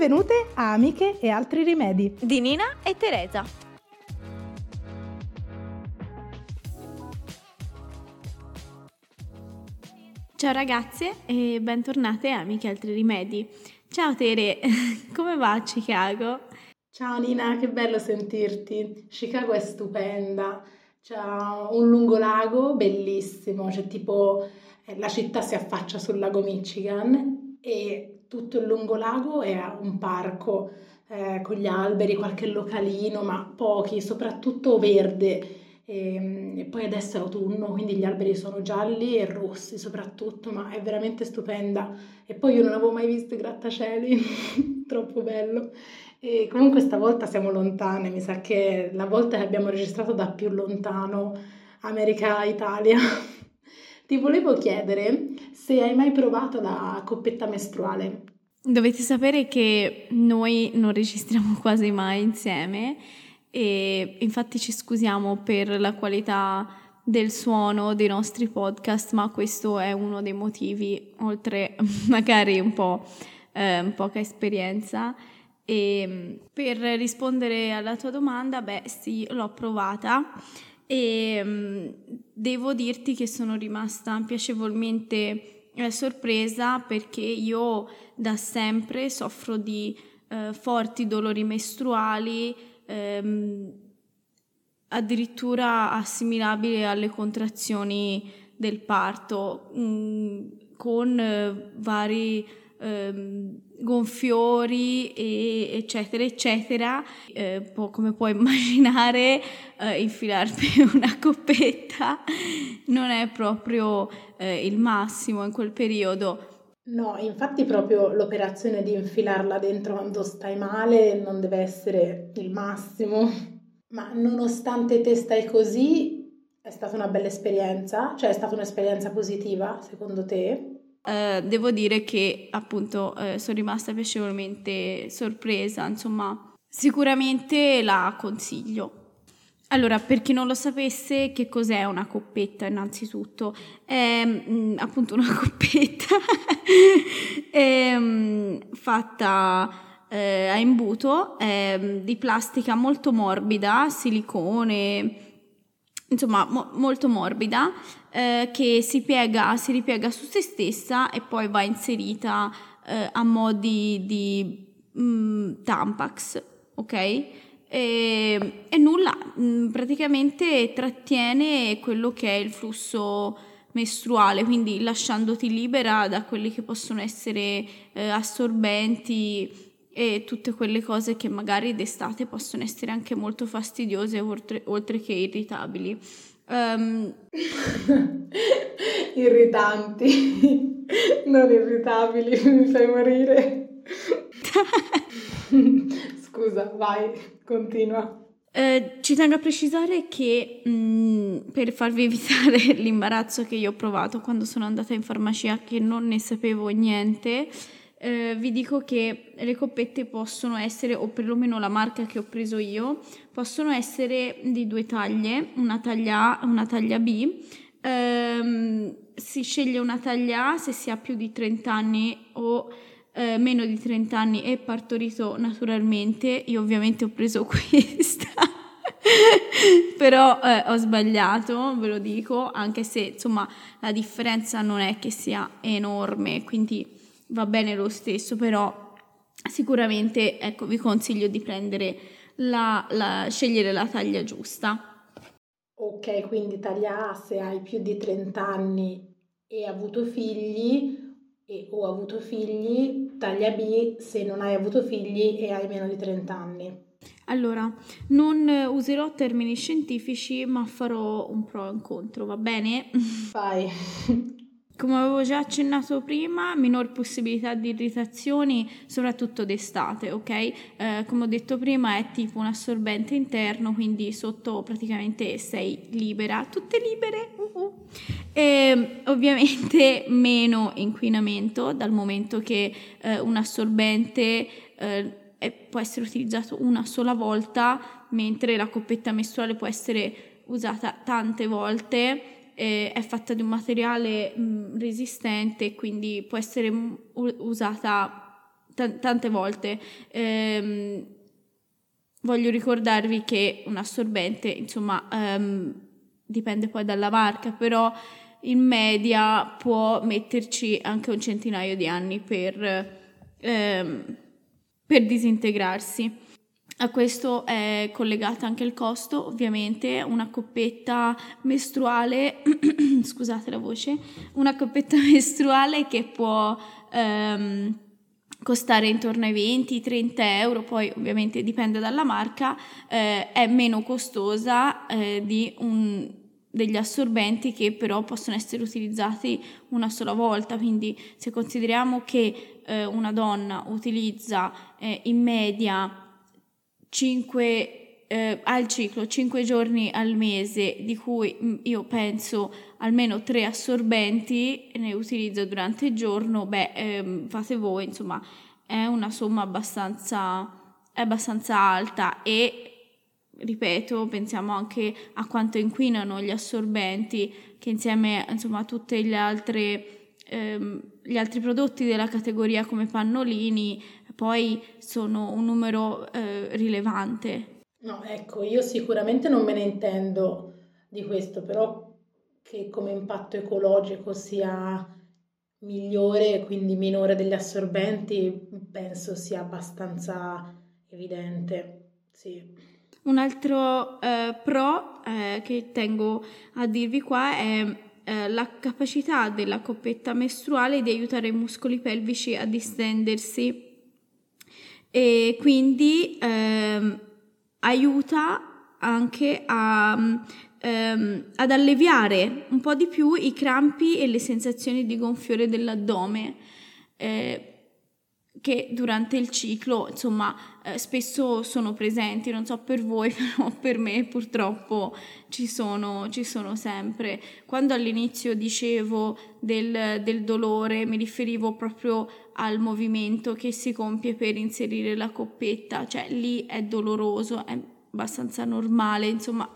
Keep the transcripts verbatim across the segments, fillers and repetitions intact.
Benvenute a Amiche e altri rimedi di Nina e Teresa. Ciao ragazze e bentornate a Amiche e altri rimedi. Ciao Tere, come va a Chicago? Ciao Nina, che bello sentirti. Chicago è stupenda, c'è un lungolago bellissimo, c'è tipo eh, la città si affaccia sul lago Michigan e tutto il lungolago è un parco eh, con gli alberi, qualche localino, ma pochi, soprattutto verde. E, e poi adesso è autunno, quindi gli alberi sono gialli e rossi soprattutto, ma è veramente stupenda. E poi io non avevo mai visto i grattacieli, troppo bello. E comunque stavolta siamo lontane, mi sa che la volta che abbiamo registrato da più lontano, America-Italia. Ti volevo chiedere se hai mai provato la coppetta mestruale. Dovete sapere che noi non registriamo quasi mai insieme e infatti ci scusiamo per la qualità del suono dei nostri podcast, ma questo è uno dei motivi, oltre magari un po' eh, poca esperienza. E per rispondere alla tua domanda, beh sì, l'ho provata e um, devo dirti che sono rimasta piacevolmente eh, sorpresa, perché io da sempre soffro di eh, forti dolori mestruali, ehm, addirittura assimilabili alle contrazioni del parto, mh, con eh, vari ehm, gonfiori e eccetera eccetera. Eh, po- come puoi immaginare, eh, infilarmi una coppetta non è proprio eh, il massimo in quel periodo. No, infatti proprio l'operazione di infilarla dentro quando stai male non deve essere il massimo. Ma nonostante te stai così, è stata una bella esperienza? Cioè è stata un'esperienza positiva secondo te? Uh, devo dire che appunto uh, sono rimasta piacevolmente sorpresa, insomma sicuramente la consiglio. Allora, per chi non lo sapesse, che cos'è una coppetta innanzitutto? È mh, appunto una coppetta è, mh, fatta eh, a imbuto, è mh, di plastica molto morbida, silicone, insomma mo- molto morbida, eh, che si piega, si ripiega su se stessa e poi va inserita eh, a mo' di, di mh, Tampax, ok? E, e nulla, mh, praticamente trattiene quello che è il flusso mestruale, quindi lasciandoti libera da quelli che possono essere eh, assorbenti e tutte quelle cose che magari d'estate possono essere anche molto fastidiose, oltre, oltre che irritabili. Um... Irritanti, non irritabili, mi fai morire. Scusa, vai, continua. Eh, ci tengo a precisare che mh, per farvi evitare l'imbarazzo che io ho provato quando sono andata in farmacia, che non ne sapevo niente, eh, vi dico che le coppette possono essere, o perlomeno la marca che ho preso io, possono essere di due taglie, una taglia A e una taglia B. Ehm, si sceglie una taglia A se si ha più di trenta anni o eh, meno di trenta anni e partorito naturalmente. Io ovviamente ho preso questa però eh, ho sbagliato, ve lo dico, anche se insomma la differenza non è che sia enorme, quindi va bene lo stesso, però sicuramente ecco vi consiglio di prendere la, la scegliere la taglia giusta. Ok, quindi taglia A se hai più di trenta anni e avuto figli e, o avuto figli, taglia B se non hai avuto figli e hai meno di trenta anni. Allora, non userò termini scientifici, ma farò un pro e un contro, va bene? Vai. Come avevo già accennato prima, minor possibilità di irritazioni, soprattutto d'estate, ok? Eh, come ho detto prima, è tipo un assorbente interno, quindi sotto praticamente sei libera, tutte libere. Uh-uh. E ovviamente meno inquinamento, dal momento che eh, un assorbente eh, può essere utilizzato una sola volta, mentre la coppetta mestruale può essere usata tante volte. Eh, è fatta di un materiale mh, resistente, quindi può essere m- usata t- tante volte. Ehm, voglio ricordarvi che un assorbente, insomma, ehm, dipende poi dalla marca, però in media può metterci anche un centinaio di anni per, ehm, per disintegrarsi. A questo è collegata anche il costo, ovviamente. Una coppetta mestruale, scusate la voce, una coppetta mestruale che può ehm, costare intorno ai venti trenta euro, poi ovviamente dipende dalla marca, eh, è meno costosa eh, di un, degli assorbenti che però possono essere utilizzati una sola volta. Quindi se consideriamo che eh, una donna utilizza eh, in media cinque eh, al ciclo cinque giorni al mese, di cui mh, io penso almeno tre assorbenti ne utilizzo durante il giorno, beh, ehm, fate voi, insomma, è una somma abbastanza, è abbastanza alta. E ripeto, pensiamo anche a quanto inquinano gli assorbenti, che insieme, insomma, a tutte le altre ehm, gli altri prodotti della categoria come pannolini poi sono un numero eh, rilevante. No, ecco, io sicuramente non me ne intendo di questo, però che come impatto ecologico sia migliore, quindi minore degli assorbenti, penso sia abbastanza evidente, sì. Un altro eh, pro eh, che tengo a dirvi qua è eh, la capacità della coppetta mestruale di aiutare i muscoli pelvici a distendersi, e quindi ehm, aiuta anche a, ehm, ad alleviare un po' di più i crampi e le sensazioni di gonfiore dell'addome eh, che durante il ciclo, insomma, eh, spesso sono presenti. Non so per voi, però per me purtroppo ci sono, ci sono sempre. Quando all'inizio dicevo del, del dolore, mi riferivo proprio al movimento che si compie per inserire la coppetta, cioè lì è doloroso, è abbastanza normale, insomma.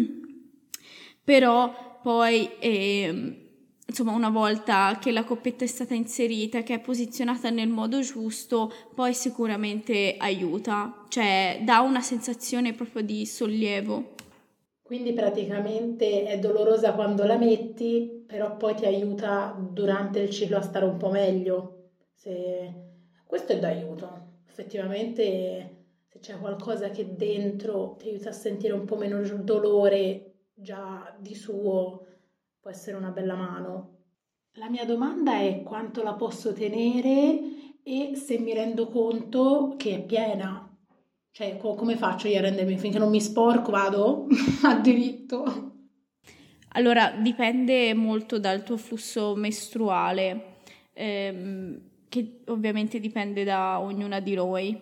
Però poi eh, insomma, una volta che la coppetta è stata inserita, che è posizionata nel modo giusto, poi sicuramente aiuta, cioè dà una sensazione proprio di sollievo. Quindi praticamente è dolorosa quando la metti, però poi ti aiuta durante il ciclo a stare un po' meglio. Se... Questo è d'aiuto. Effettivamente, se c'è qualcosa che dentro ti aiuta a sentire un po' meno dolore già di suo, può essere una bella mano. La mia domanda è quanto la posso tenere e se mi rendo conto che è piena. Cioè, co- come faccio io a rendermi finché non mi sporco, vado a diritto. Allora, dipende molto dal tuo flusso mestruale, ehm, che ovviamente dipende da ognuna di noi.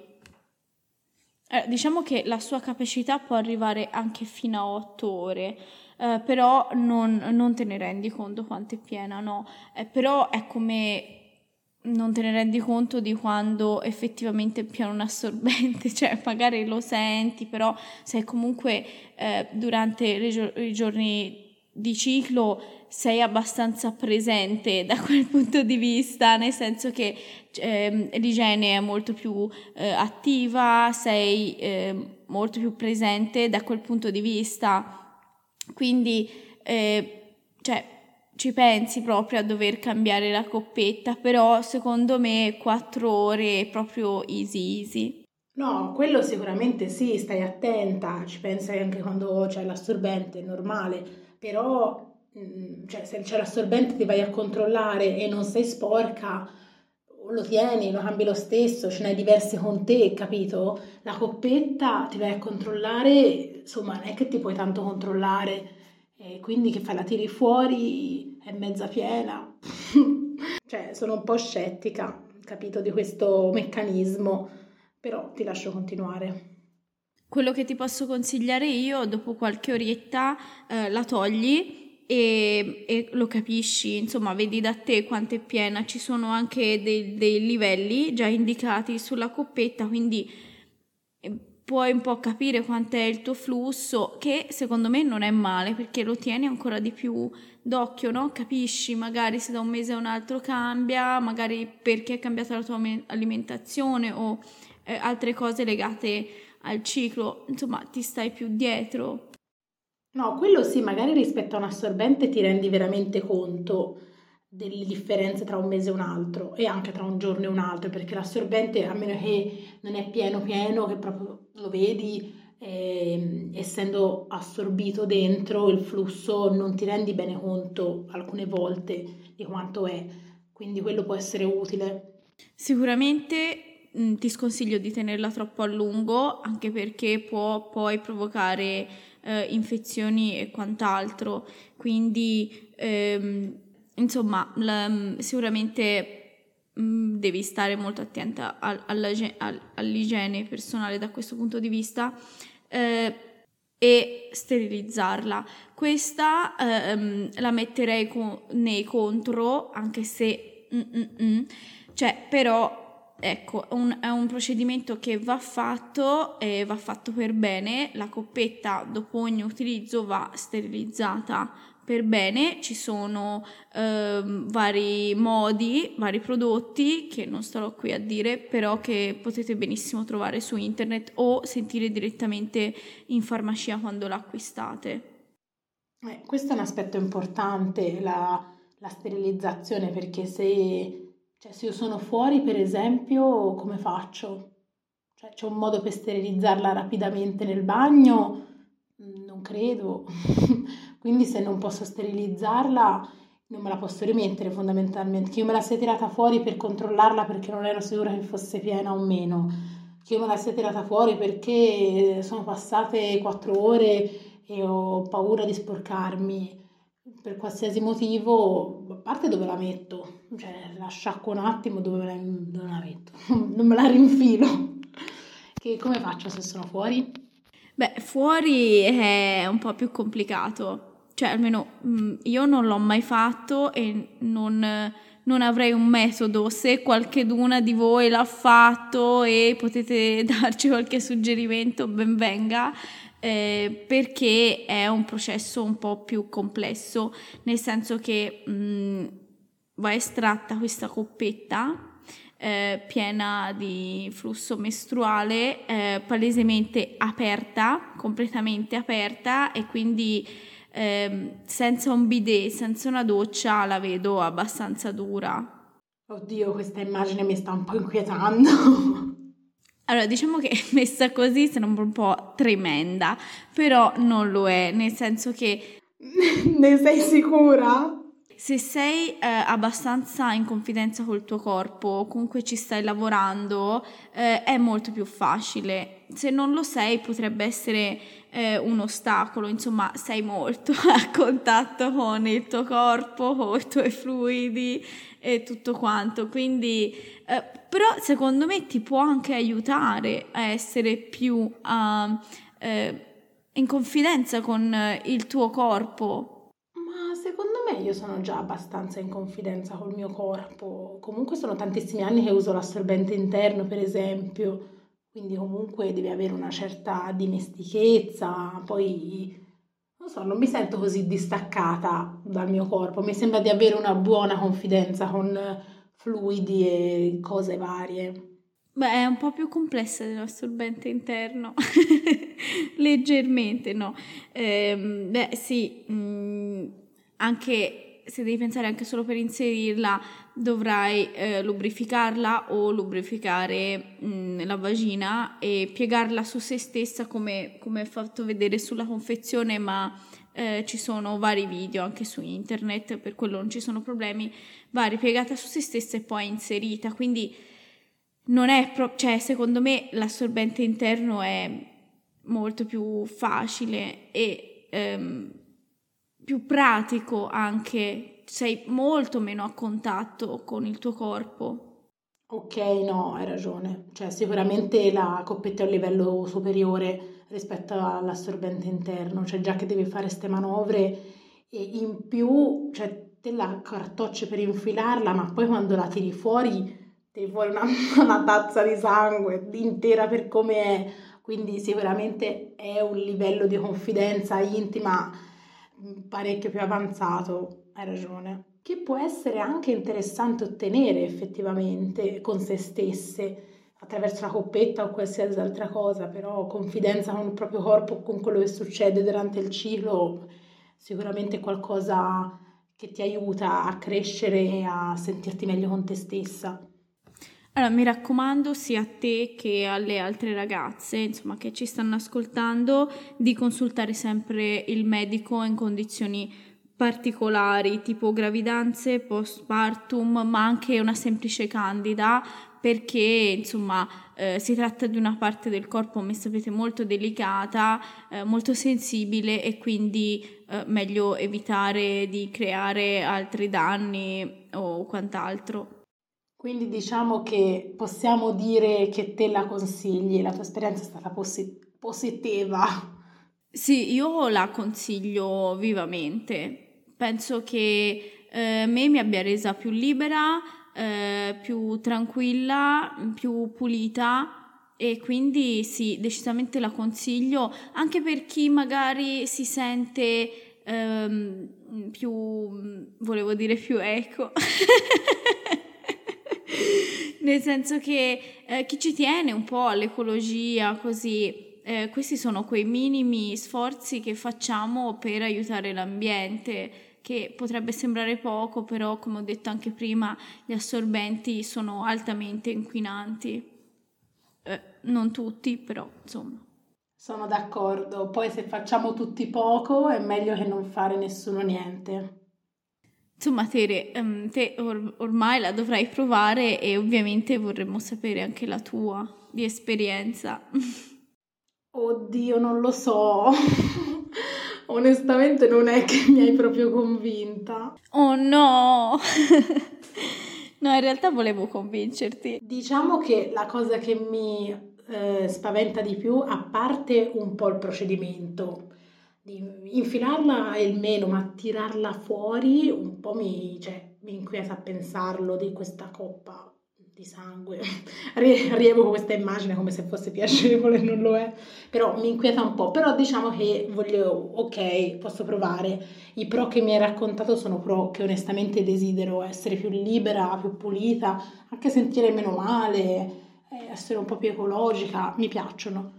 Eh, diciamo che la sua capacità può arrivare anche fino a otto ore, eh, però non, non te ne rendi conto quanto è piena, no? Eh, però è come non te ne rendi conto di quando effettivamente è pieno un assorbente, cioè magari lo senti, però sei comunque eh, durante i, gio- i giorni di ciclo sei abbastanza presente da quel punto di vista, nel senso che ehm, l'igiene è molto più eh, attiva, sei eh, molto più presente da quel punto di vista, quindi eh, cioè, ci pensi proprio a dover cambiare la coppetta, però secondo me quattro ore è proprio easy easy. No, quello sicuramente sì, stai attenta, ci pensi anche quando c'è l'assorbente, è normale, però mm, cioè, se c'è l'assorbente ti vai a controllare e non sei sporca, lo tieni, lo cambi lo stesso, ce n'hai diversi con te, capito? La coppetta ti vai a controllare, insomma, non è che ti puoi tanto controllare, e quindi che fai, la tiri fuori, è mezza piena. Cioè, sono un po' scettica, capito, di questo meccanismo, però ti lascio continuare. Quello che ti posso consigliare io, dopo qualche oretta eh, la togli e, e lo capisci, insomma, vedi da te quanto è piena. Ci sono anche dei, dei livelli già indicati sulla coppetta, quindi eh, puoi un po' capire quant'è il tuo flusso, che secondo me non è male perché lo tieni ancora di più d'occhio, no? Capisci magari se da un mese a un altro cambia, magari perché è cambiata la tua alimentazione o eh, altre cose legate al ciclo, insomma ti stai più dietro. No, quello sì, magari rispetto a un assorbente ti rendi veramente conto delle differenze tra un mese e un altro e anche tra un giorno e un altro, perché l'assorbente, a meno che non è pieno pieno, che proprio lo vedi, ehm, essendo assorbito dentro il flusso, non ti rendi bene conto alcune volte di quanto è, quindi quello può essere utile. Sicuramente mh, ti sconsiglio di tenerla troppo a lungo, anche perché può poi provocare eh, infezioni e quant'altro, quindi ehm, insomma la- sicuramente mh, devi stare molto attenta al- alla- al- all'igiene personale da questo punto di vista eh, e sterilizzarla. Questa ehm, la metterei co- nei contro, anche se mm, mm, mm, cioè però ecco, un- è un procedimento che va fatto e va fatto per bene. La coppetta dopo ogni utilizzo va sterilizzata per bene. Ci sono ehm, vari modi, vari prodotti che non starò qui a dire, però che potete benissimo trovare su internet o sentire direttamente in farmacia quando l'acquistate. Eh, questo è un aspetto importante, la, la sterilizzazione, perché se, cioè, se io sono fuori, per esempio, come faccio? Cioè, c'è un modo per sterilizzarla rapidamente nel bagno? Mm, Non credo. Quindi se non posso sterilizzarla, non me la posso rimettere fondamentalmente. Che io me la sia tirata fuori per controllarla perché non ero sicura che fosse piena o meno. Che io me la sia tirata fuori perché sono passate quattro ore e ho paura di sporcarmi per qualsiasi motivo, a parte dove la metto, cioè la sciacquo un attimo dove la, dove la metto, non me la rinfilo. Che come faccio se sono fuori? Beh, fuori è un po' più complicato, cioè almeno mh, io non l'ho mai fatto e non, non avrei un metodo. Se qualcheduna di voi l'ha fatto e potete darci qualche suggerimento, ben venga, eh, perché è un processo un po' più complesso, nel senso che mh, va estratta questa coppetta eh, piena di flusso mestruale, eh, palesemente aperta, completamente aperta, e quindi ehm, senza un bidet, senza una doccia la vedo abbastanza dura. Oddio, questa immagine mi sta un po' inquietando. Allora, diciamo che messa così sembra un po' tremenda, però non lo è, nel senso che Ne sei sicura? se sei eh, abbastanza in confidenza col tuo corpo, comunque ci stai lavorando, eh, è molto più facile. Se non lo sei, potrebbe essere eh, un ostacolo, insomma, sei molto a contatto con il tuo corpo, con i tuoi fluidi e tutto quanto. Quindi, eh, però, secondo me ti può anche aiutare a essere più ah, eh, in confidenza con eh, il tuo corpo. Ma secondo me io sono già abbastanza in confidenza col mio corpo. Comunque sono tantissimi anni che uso l'assorbente interno, per esempio, quindi comunque devi avere una certa dimestichezza. Poi, non so, non mi sento così distaccata dal mio corpo. Mi sembra di avere una buona confidenza con fluidi e cose varie. Beh, è un po' più complessa dell'assorbente interno, leggermente, no? Ehm, beh, sì, mh, anche se devi pensare anche solo per inserirla, dovrai eh, lubrificarla o lubrificare mh, la vagina e piegarla su se stessa come, come è fatto vedere sulla confezione, ma eh, ci sono vari video anche su internet, per quello non ci sono problemi, va ripiegata su se stessa e poi inserita, quindi non è proprio, cioè secondo me l'assorbente interno è molto più facile e ehm, più pratico anche, sei molto meno a contatto con il tuo corpo. Ok, no, hai ragione. Cioè, sicuramente la coppetta è a un livello superiore rispetto all'assorbente interno, cioè già che devi fare ste manovre e in più, cioè, te la accartocci per infilarla, ma poi quando la tiri fuori, tiri fuori una, una tazza di sangue intera per come è. quindi sicuramente è un livello di confidenza intima parecchio più avanzato, hai ragione, che può essere anche interessante ottenere effettivamente con se stesse attraverso la coppetta o qualsiasi altra cosa, però confidenza con il proprio corpo, con quello che succede durante il ciclo, sicuramente è qualcosa che ti aiuta a crescere e a sentirti meglio con te stessa. Allora, mi raccomando sia a te che alle altre ragazze, insomma, che ci stanno ascoltando, di consultare sempre il medico in condizioni particolari, tipo gravidanze, postpartum, ma anche una semplice candida, perché, insomma, eh, si tratta di una parte del corpo, come sapete, molto delicata, eh, molto sensibile e quindi eh, meglio evitare di creare altri danni o quant'altro. Quindi diciamo che possiamo dire che te la consigli, la tua esperienza è stata posi- positiva. Sì, io la consiglio vivamente. Penso che eh, me mi abbia resa più libera, eh, più tranquilla, più pulita e quindi sì, decisamente la consiglio anche per chi magari si sente ehm, più, volevo dire più eco. Nel senso che eh, chi ci tiene un po' all'ecologia, così, eh, questi sono quei minimi sforzi che facciamo per aiutare l'ambiente, che potrebbe sembrare poco, però come ho detto anche prima, gli assorbenti sono altamente inquinanti. Eh, non tutti, però insomma. Sono d'accordo, poi se facciamo tutti poco è meglio che non fare nessuno niente. Insomma, Tere, ehm, te or- ormai la dovrai provare e ovviamente vorremmo sapere anche la tua di esperienza. Oddio, non lo so. Onestamente non è che mi hai proprio convinta. Oh no! No, in realtà volevo convincerti. Diciamo che la cosa che mi eh, spaventa di più, a parte un po' il procedimento, di infilarla è il meno, ma tirarla fuori un po' mi, cioè, mi inquieta a pensarlo di questa coppa di sangue. Rie- Rievoco questa immagine come se fosse piacevole, non lo è, però mi inquieta un po'. Però diciamo che voglio, ok, posso provare. I pro che mi hai raccontato sono pro che onestamente desidero essere più libera, più pulita, anche sentire meno male, eh, essere un po' più ecologica, mi piacciono.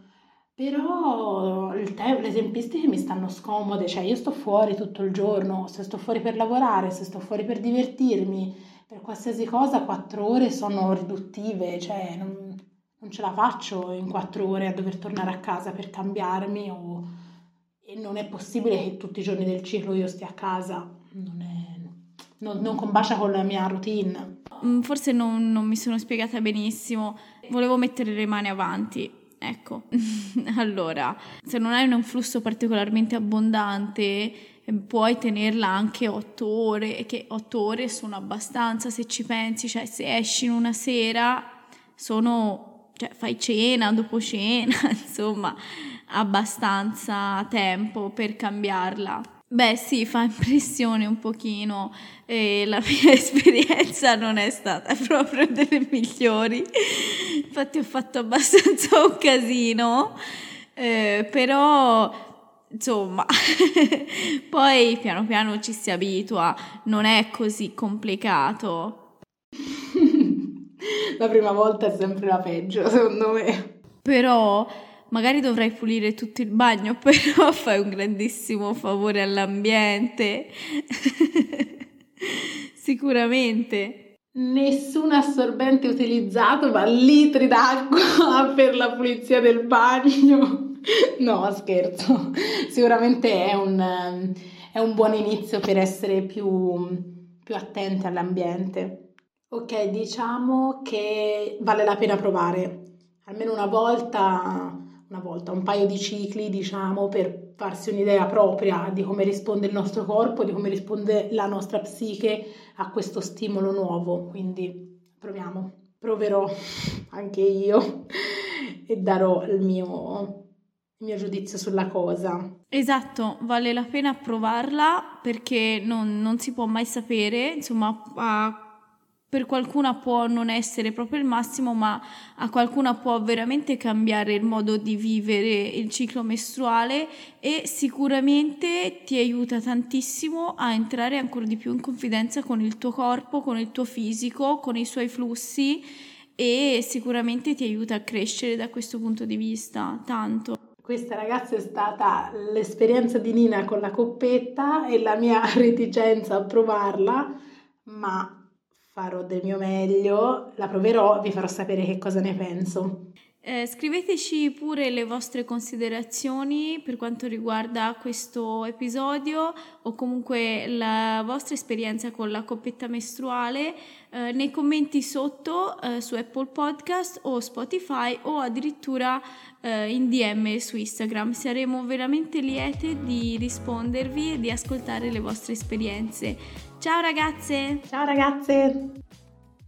Però il te- le tempistiche mi stanno scomode, cioè io sto fuori tutto il giorno, se sto fuori per lavorare, se sto fuori per divertirmi, per qualsiasi cosa, quattro ore sono riduttive, cioè non, non ce la faccio in quattro ore a dover tornare a casa per cambiarmi o, e non è possibile che tutti i giorni del ciclo io stia a casa, non, è, non, non combacia con la mia routine. Mm, Forse non, non mi sono spiegata benissimo. Volevo mettere le mani avanti. Ecco, allora, se non hai un flusso particolarmente abbondante, eh, puoi tenerla anche otto ore, e che otto ore sono abbastanza se ci pensi, cioè se esci in una sera sono, cioè fai cena, dopo cena, insomma, abbastanza tempo per cambiarla. Beh sì, fa impressione un pochino e la mia esperienza non è stata proprio delle migliori, infatti ho fatto abbastanza un casino, eh, però insomma poi piano piano ci si abitua, non è così complicato. La prima volta è sempre la peggio, secondo me. Però magari dovrai pulire tutto il bagno, però fai un grandissimo favore all'ambiente. Sicuramente. Nessun assorbente utilizzato, ma litri d'acqua per la pulizia del bagno. No, scherzo. Sicuramente è un, ehm, è un buon inizio per essere più, più attenti all'ambiente. Ok, diciamo che vale la pena provare almeno una volta, una volta, un paio di cicli, diciamo, per farsi un'idea propria di come risponde il nostro corpo, di come risponde la nostra psiche a questo stimolo nuovo. Quindi proviamo, proverò anche io e darò il mio, il mio giudizio sulla cosa. Esatto, vale la pena provarla perché non, non si può mai sapere, insomma, a per qualcuna può non essere proprio il massimo, ma a qualcuna può veramente cambiare il modo di vivere il ciclo mestruale e sicuramente ti aiuta tantissimo a entrare ancora di più in confidenza con il tuo corpo, con il tuo fisico, con i suoi flussi, e sicuramente ti aiuta a crescere da questo punto di vista, tanto. Questa, ragazza, è stata l'esperienza di Nina con la coppetta e la mia reticenza a provarla, ma farò del mio meglio, la proverò, vi farò sapere che cosa ne penso. Eh, scriveteci pure le vostre considerazioni per quanto riguarda questo episodio o comunque la vostra esperienza con la coppetta mestruale eh, nei commenti sotto eh, su Apple Podcast o Spotify o addirittura eh, in D M su Instagram. Saremo veramente liete di rispondervi e di ascoltare le vostre esperienze. Ciao ragazze! Ciao ragazze!